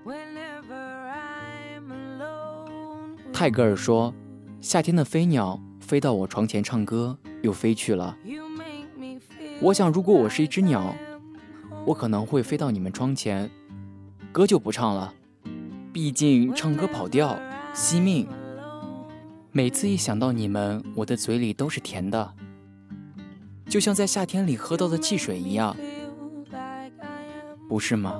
泰戈尔说，夏天的飞鸟飞到我床前唱歌，又飞去了。我想，如果我是一只鸟，我可能会飞到你们窗前，歌就不唱了，毕竟唱歌跑调，惜命。每次一想到你们，我的嘴里都是甜的，就像在夏天里喝到的汽水一样，不是吗？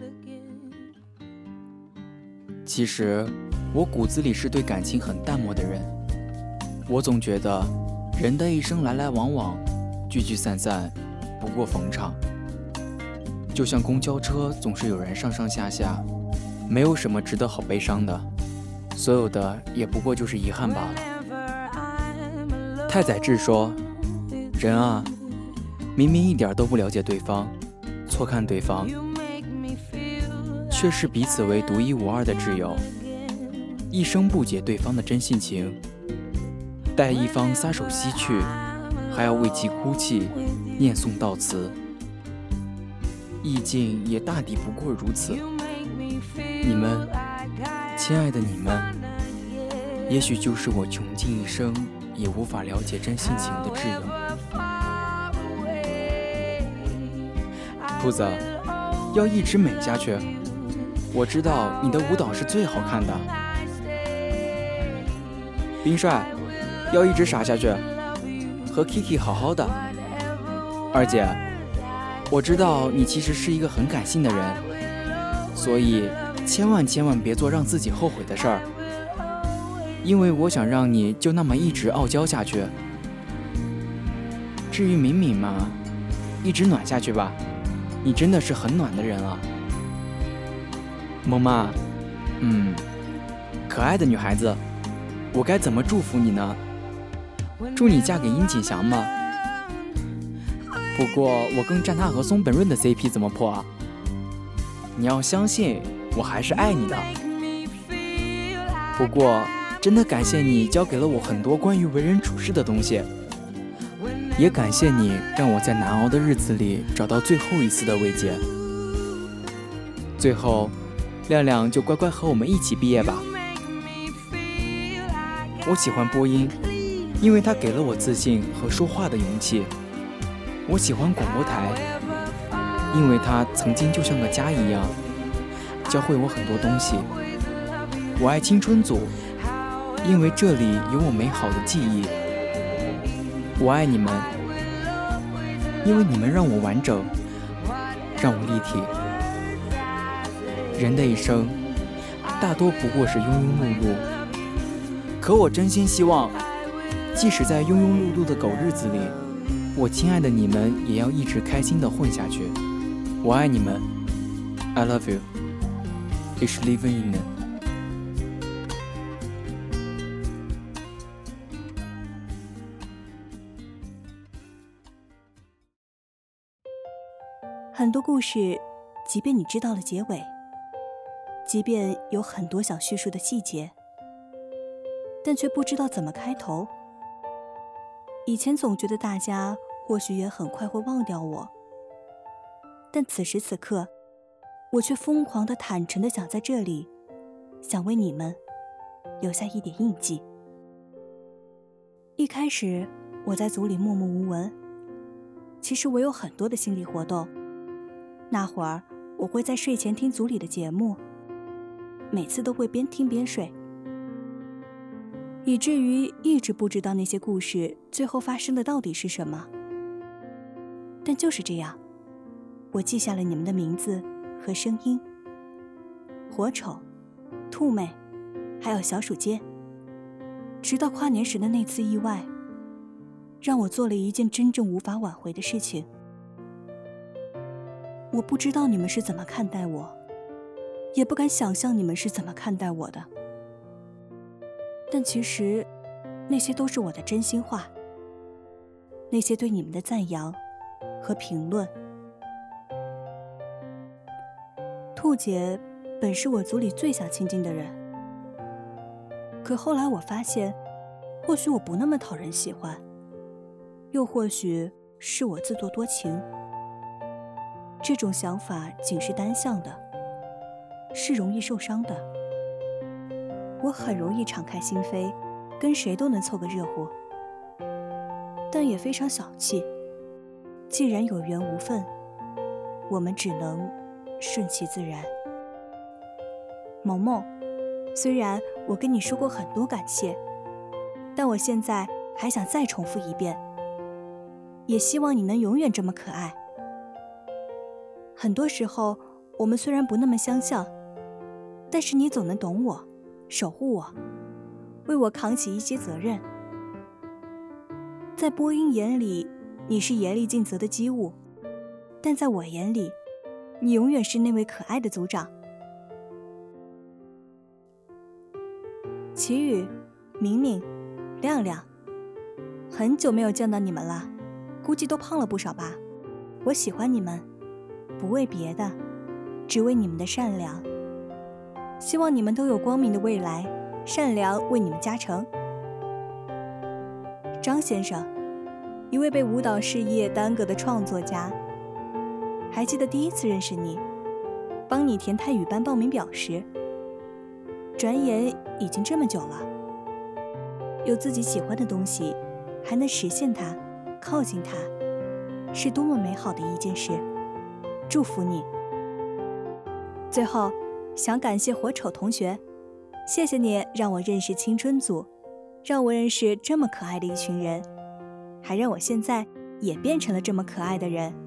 其实我骨子里是对感情很淡漠的人，我总觉得人的一生来来往往，聚聚散散，不过逢场。就像公交车总是有人上上下下，没有什么值得好悲伤的，所有的也不过就是遗憾罢了。太宰治说，人啊，明明一点都不了解对方，错看对方，却是彼此为独一无二的挚友，一生不解对方的真性情，待一方撒手西去，还要为其哭泣，念诵悼词，意境也大抵不过如此。你们，亲爱的你们，也许就是我穷尽一生也无法了解真性情的挚友。兔子，要一直美下去。我知道你的舞蹈是最好看的。冰帅，要一直傻下去，和 Kiki 好好的。二姐，我知道你其实是一个很感性的人，所以千万别做让自己后悔的事儿，因为我想让你就那么一直傲娇下去。至于敏敏嘛，一直暖下去吧，你真的是很暖的人啊。萌妈，可爱的女孩子，我该怎么祝福你呢？祝你嫁给殷景祥吗？不过我更赞他和松本润的 CP 怎么破啊？你要相信，我还是爱你的。不过真的感谢你教给了我很多关于为人处事的东西，也感谢你让我在难熬的日子里找到最后一丝的慰藉。最后，亮亮就乖乖和我们一起毕业吧。我喜欢播音，因为它给了我自信和说话的勇气。我喜欢广播台，因为它曾经就像个家一样，教会我很多东西。我爱青春组，因为这里有我美好的记忆。我爱你们，因为你们让我完整，让我立体。人的一生大多不过是庸庸碌碌，可我真心希望，即使在庸庸碌碌的狗日子里，我亲爱的你们也要一直开心地混下去。我爱你们 I love you. Ich liebe Ihnen. 很多故事，即便你知道了结尾，即便有很多想叙述的细节，但却不知道怎么开头。以前总觉得大家或许也很快会忘掉我，但此时此刻，我却疯狂地坦诚地想在这里，想为你们留下一点印记。一开始我在组里默默无闻，其实我有很多的心理活动。那会儿我会在睡前听组里的节目，每次都会边听边睡，以至于一直不知道那些故事最后发生的到底是什么。但就是这样，我记下了你们的名字和声音，火丑、兔妹，还有小鼠尖。直到跨年时的那次意外，让我做了一件真正无法挽回的事情。我不知道你们是怎么看待我，也不敢想象你们是怎么看待我的。但其实，那些都是我的真心话，那些对你们的赞扬和评论。兔姐本是我组里最想亲近的人，可后来我发现，或许我不那么讨人喜欢，又或许是我自作多情。这种想法仅是单向的， 是容易受伤的。我很容易敞开心扉，跟谁都能凑个热乎，但也非常小气。既然有缘无分，我们只能顺其自然。萌萌，虽然我跟你说过很多感谢，但我现在还想再重复一遍，也希望你能永远这么可爱。很多时候，我们虽然不那么相像，但是你总能懂我，守护我，为我扛起一些责任。在播音眼里，你是严厉尽责的机务，但在我眼里，你永远是那位可爱的组长。齐宇、明明、亮亮，很久没有见到你们了，估计都胖了不少吧。我喜欢你们，不为别的，只为你们的善良。希望你们都有光明的未来，善良为你们加成。张先生，一位被舞蹈事业耽搁的创作家，还记得第一次认识你，帮你填泰语班报名表时，转眼已经这么久了。有自己喜欢的东西，还能实现它，靠近它，是多么美好的一件事。祝福你。最后，想感谢火丑同学，谢谢你让我认识青春组，让我认识这么可爱的一群人，还让我现在也变成了这么可爱的人。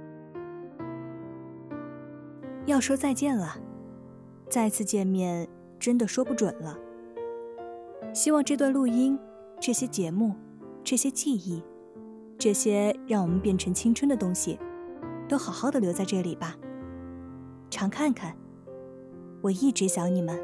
要说再见了，再次见面真的说不准了。希望这段录音，这些节目，这些记忆，这些让我们变成青春的东西，都好好的留在这里吧。常看看，我一直想你们。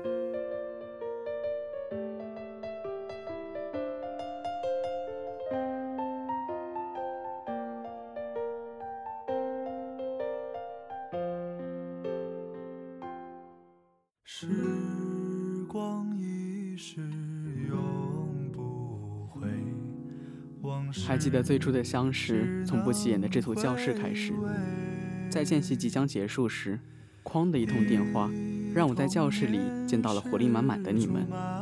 时光一逝永不回， 还记得最初的相识，从不起眼的这所教室开始。在间隙即将结束时，哐的一通电话，让我在教室里见到了活力满满的你们。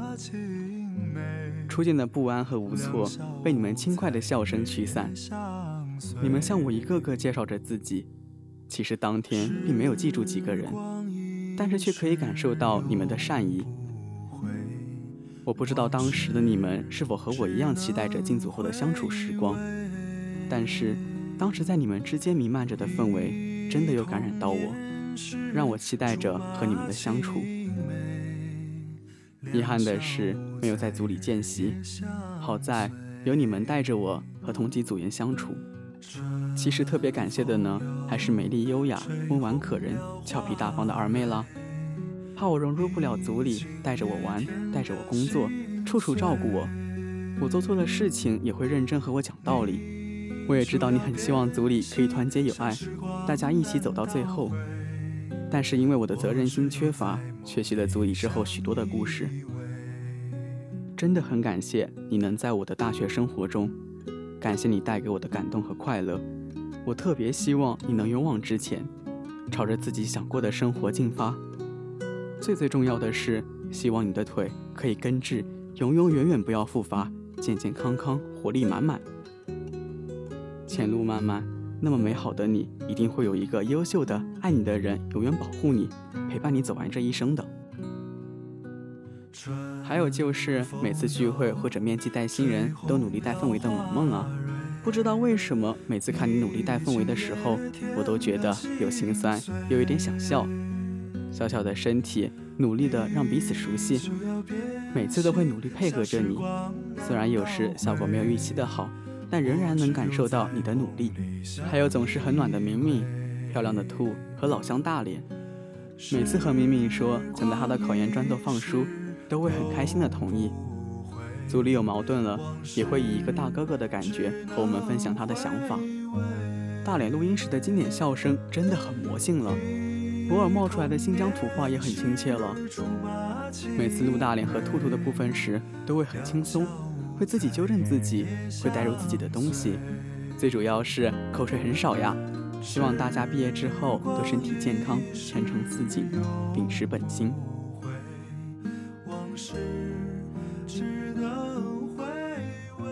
初见的不安和无措，被你们轻快的笑声驱散。你们向我一个个介绍着自己，其实当天并没有记住几个人，但是却可以感受到你们的善意。我不知道当时的你们是否和我一样期待着进组后的相处时光，但是当时在你们之间弥漫着的氛围真的有感染到我，让我期待着和你们的相处。遗憾的是没有在组里见习，好在有你们带着我和同级组员相处。其实特别感谢的呢，还是美丽优雅、温婉可人、俏皮大方的二妹啦。怕我融入不了组里，带着我玩，带着我工作，处处照顾我。我做错了事情也会认真和我讲道理。我也知道你很希望组里可以团结友爱，大家一起走到最后。但是因为我的责任心缺乏，缺席了组里之后许多的故事。真的很感谢你能在我的大学生活中，感谢你带给我的感动和快乐。我特别希望你能勇往直前，朝着自己想过的生活进发。最重要的是，希望你的腿可以根治，永远不要复发，健健康康，活力满满。前路漫漫，那么美好的你，一定会有一个优秀的爱你的人，永远保护你，陪伴你走完这一生的。还有就是每次聚会或者面基带新人，都努力带氛围的萌萌啊，不知道为什么每次看你努力带氛围的时候，我都觉得有心酸，有一点想笑。小小的身体努力的让彼此熟悉，每次都会努力配合着你，虽然有时效果没有预期的好，但仍然能感受到你的努力。还有总是很暖的明明、漂亮的兔和老乡大脸，每次和明明说想在他的考研专座放书，都会很开心的同意。组里有矛盾了，也会以一个大哥哥的感觉和我们分享他的想法。大脸录音时的经典笑声真的很魔性了，偶尔冒出来的新疆土话也很亲切了。每次录大脸和兔兔的部分时都会很轻松，会自己纠正自己，会带入自己的东西，最主要是口水很少呀， 希望大家毕业之后都身体健康，前程似锦，秉持本心。 往事只能回味。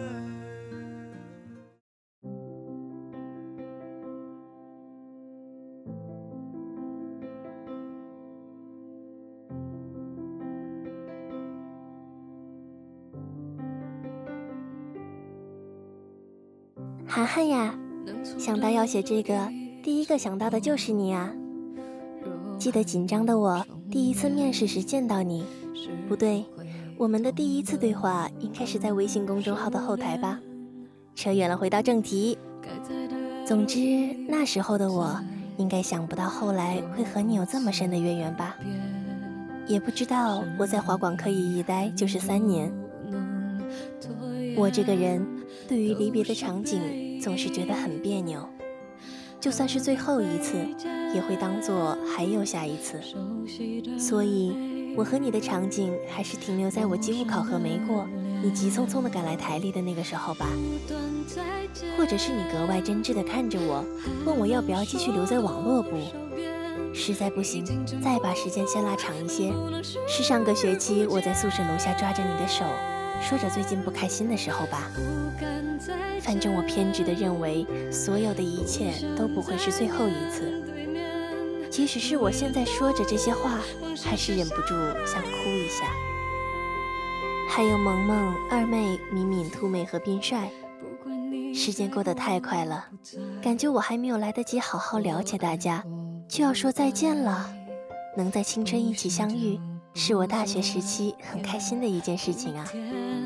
涵涵呀，想到要写这个，第一个想到的就是你啊。记得紧张的我第一次面试时见到你，不对，我们的第一次对话应该是在微信公众号的后台吧。扯远了，回到正题。总之，那时候的我应该想不到后来会和你有这么深的渊源吧。也不知道我在华广科一待就是3年。我这个人对于离别的场景总是觉得很别扭，就算是最后一次也会当作还有下一次，所以我和你的场景还是停留在我几乎考核没过，你急匆匆地赶来台里的那个时候吧。或者是你格外真挚地看着我，问我要不要继续留在网络部，实在不行再把时间先拉长一些，是上个学期我在宿舍楼下抓着你的手说着最近不开心的时候吧。反正我偏执地认为所有的一切都不会是最后一次，即使是我现在说着这些话还是忍不住想哭一下。还有萌萌、二妹、敏敏、兔妹和宾帅，时间过得太快了，感觉我还没有来得及好好了解大家就要说再见了。能在青春一起相遇是我大学时期很开心的一件事情啊。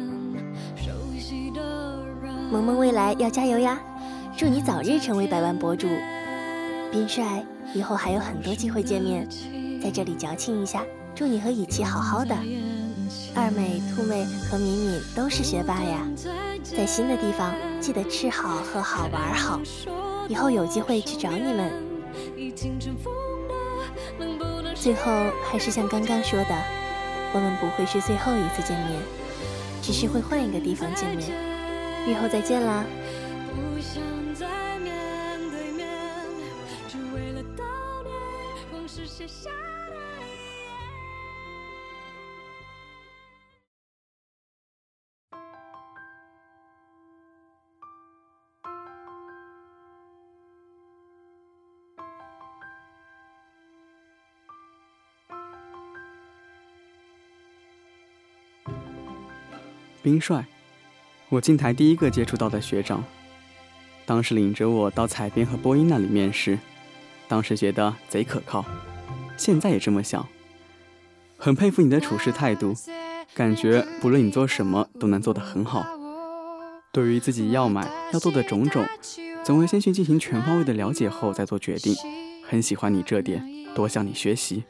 萌萌未来要加油呀，祝你早日成为100万博主。宾帅，以后还有很多机会见面，在这里矫情一下，祝你和雨琦好好的。二妹、兔妹和敏敏都是学霸呀，在新的地方记得吃好喝好玩好，以后有机会去找你们。最后还是像刚刚说的，我们不会是最后一次见面，只是会换一个地方见面，日后再见啦。不想再面对面，只为了悼念往事写下的遗言。 宾帅，我进台第一个接触到的学长，当时领着我到采编和播音那里面试，当时觉得贼可靠，现在也这么想。很佩服你的处事态度，感觉不论你做什么都能做得很好。对于自己要买要做的种种，总会先去进行全方位的了解后再做决定，很喜欢你这点，多向你学习。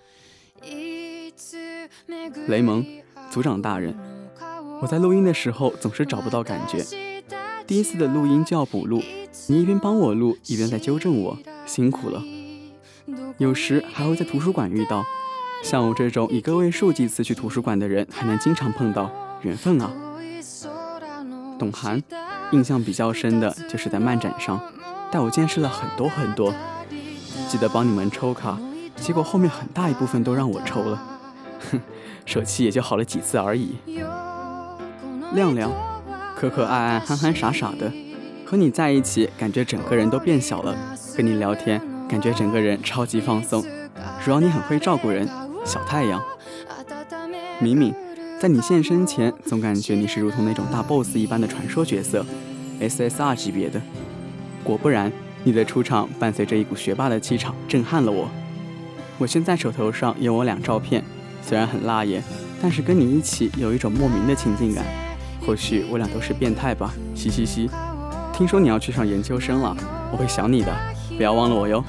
雷蒙，组长大人，我在录音的时候总是找不到感觉，第一次的录音就要补录，你一边帮我录一边在纠正我，辛苦了。有时还会在图书馆遇到，像我这种以个位数计次去图书馆的人还能经常碰到，缘分啊。董涵，印象比较深的就是在漫展上带我见识了很多很多，记得帮你们抽卡，结果后面很大一部分都让我抽了，哼，手气也就好了几次而已。亮亮，可可爱爱憨憨傻傻的，和你在一起感觉整个人都变小了，跟你聊天感觉整个人超级放松，主要你很会照顾人，小太阳。敏敏，在你现身前总感觉你是如同那种大 boss 一般的传说角色， SSR 级别的，果不然你的出场伴随着一股学霸的气场震撼了我。我现在手头上有我2照片，虽然很辣眼，但是跟你一起有一种莫名的亲近感，或许我俩都是变态吧，嘻嘻嘻。听说你要去上研究生了，我会想你的，不要忘了我哟。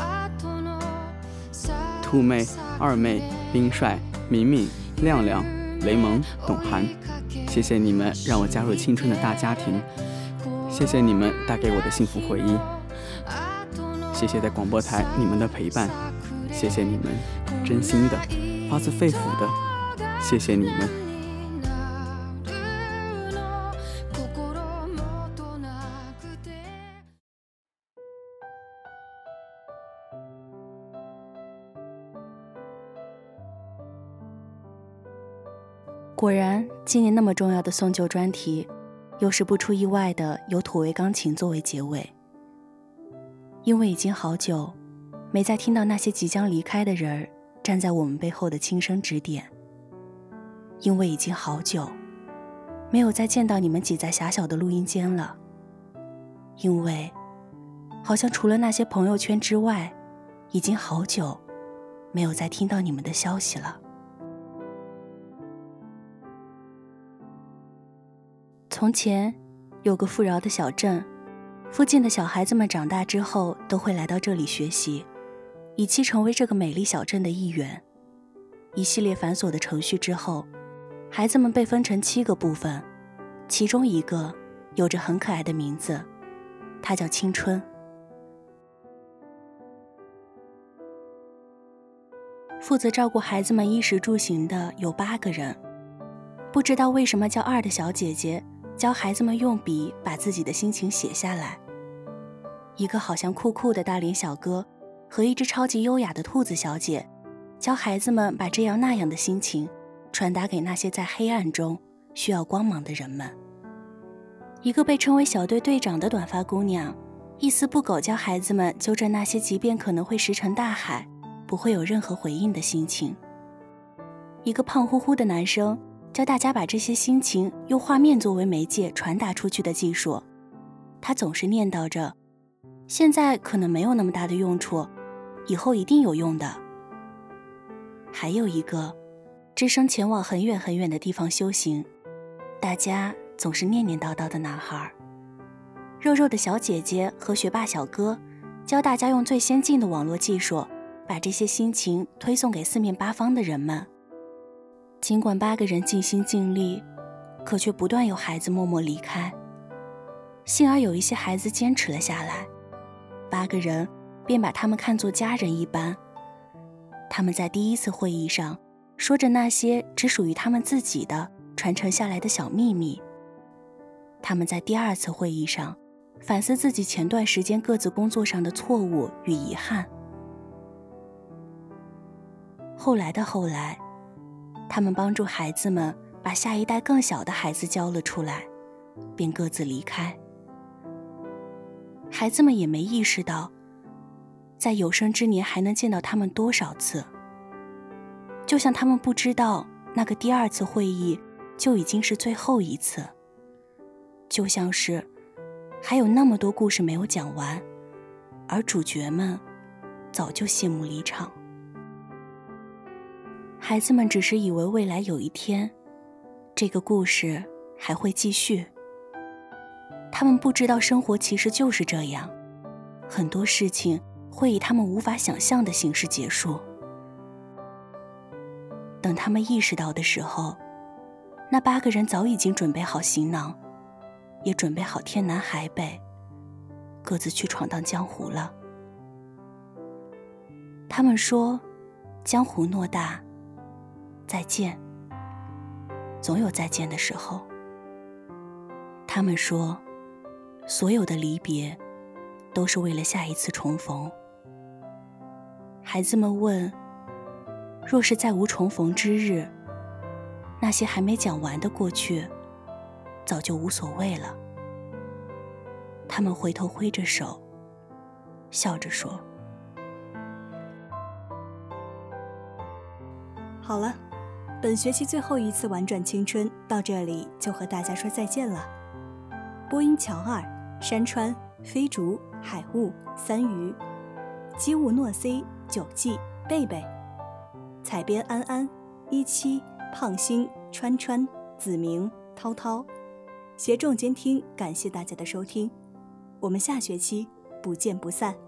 兔妹、二妹、宾帅、敏敏、亮亮、雷蒙、董涵，谢谢你们让我加入青春的大家庭，谢谢你们带给我的幸福回忆，谢谢在广播台你们的陪伴，谢谢你们真心的发自肺腑的，谢谢你们。 果然，今年那么重要的送旧专题，又是不出意外的由土味钢琴作为结尾。因为已经好久没再听到那些即将离开的人站在我们背后的轻声指点，因为已经好久没有再见到你们挤在狭小的录音间了，因为好像除了那些朋友圈之外，已经好久没有再听到你们的消息了。从前有个富饶的小镇，附近的小孩子们长大之后都会来到这里学习，以期成为这个美丽小镇的一员。一系列繁琐的程序之后，孩子们被分成7个部分，其中一个有着很可爱的名字，它叫青春。负责照顾孩子们衣食住行的有8个人，不知道为什么叫2的小姐姐教孩子们用笔把自己的心情写下来，一个好像酷酷的大脸小哥和一只超级优雅的兔子小姐教孩子们把这样那样的心情传达给那些在黑暗中需要光芒的人们。一个被称为小队队长的短发姑娘一丝不苟教孩子们纠正那些即便可能会石沉大海不会有任何回应的心情。一个胖乎乎的男生教大家把这些心情用画面作为媒介传达出去的技术，他总是念叨着，现在可能没有那么大的用处，以后一定有用的。还有一个只身前往很远很远的地方修行，大家总是念念叨叨的男孩。肉肉的小姐姐和学霸小哥教大家用最先进的网络技术把这些心情推送给四面八方的人们。尽管8个人尽心尽力，可却不断有孩子默默离开。幸而有一些孩子坚持了下来，8个人便把他们看作家人一般。他们在第1次会议上说着那些只属于他们自己的传承下来的小秘密，他们在第2次会议上反思自己前段时间各自工作上的错误与遗憾。后来的后来，他们帮助孩子们把下一代更小的孩子教了出来，便各自离开。孩子们也没意识到，在有生之年还能见到他们多少次，就像他们不知道那个第2次会议就已经是最后一次，就像是还有那么多故事没有讲完，而主角们早就谢幕离场。孩子们只是以为未来有一天，这个故事还会继续。他们不知道生活其实就是这样，很多事情会以他们无法想象的形式结束。等他们意识到的时候，那8个人早已经准备好行囊，也准备好天南海北，各自去闯荡江湖了。他们说，江湖偌大，再见，总有再见的时候。他们说，所有的离别都是为了下一次重逢。孩子们问，若是再无重逢之日，那些还没讲完的过去早就无所谓了。他们回头挥着手，笑着说。 好了，本学期最后一次玩转青春到这里就和大家说再见了。播音乔二、山川、飞竹、海雾、三鱼，机务诺 C、九季、贝贝，采编安安、17、胖星、川川、子明、涛涛，协众监听，感谢大家的收听，我们下学期不见不散。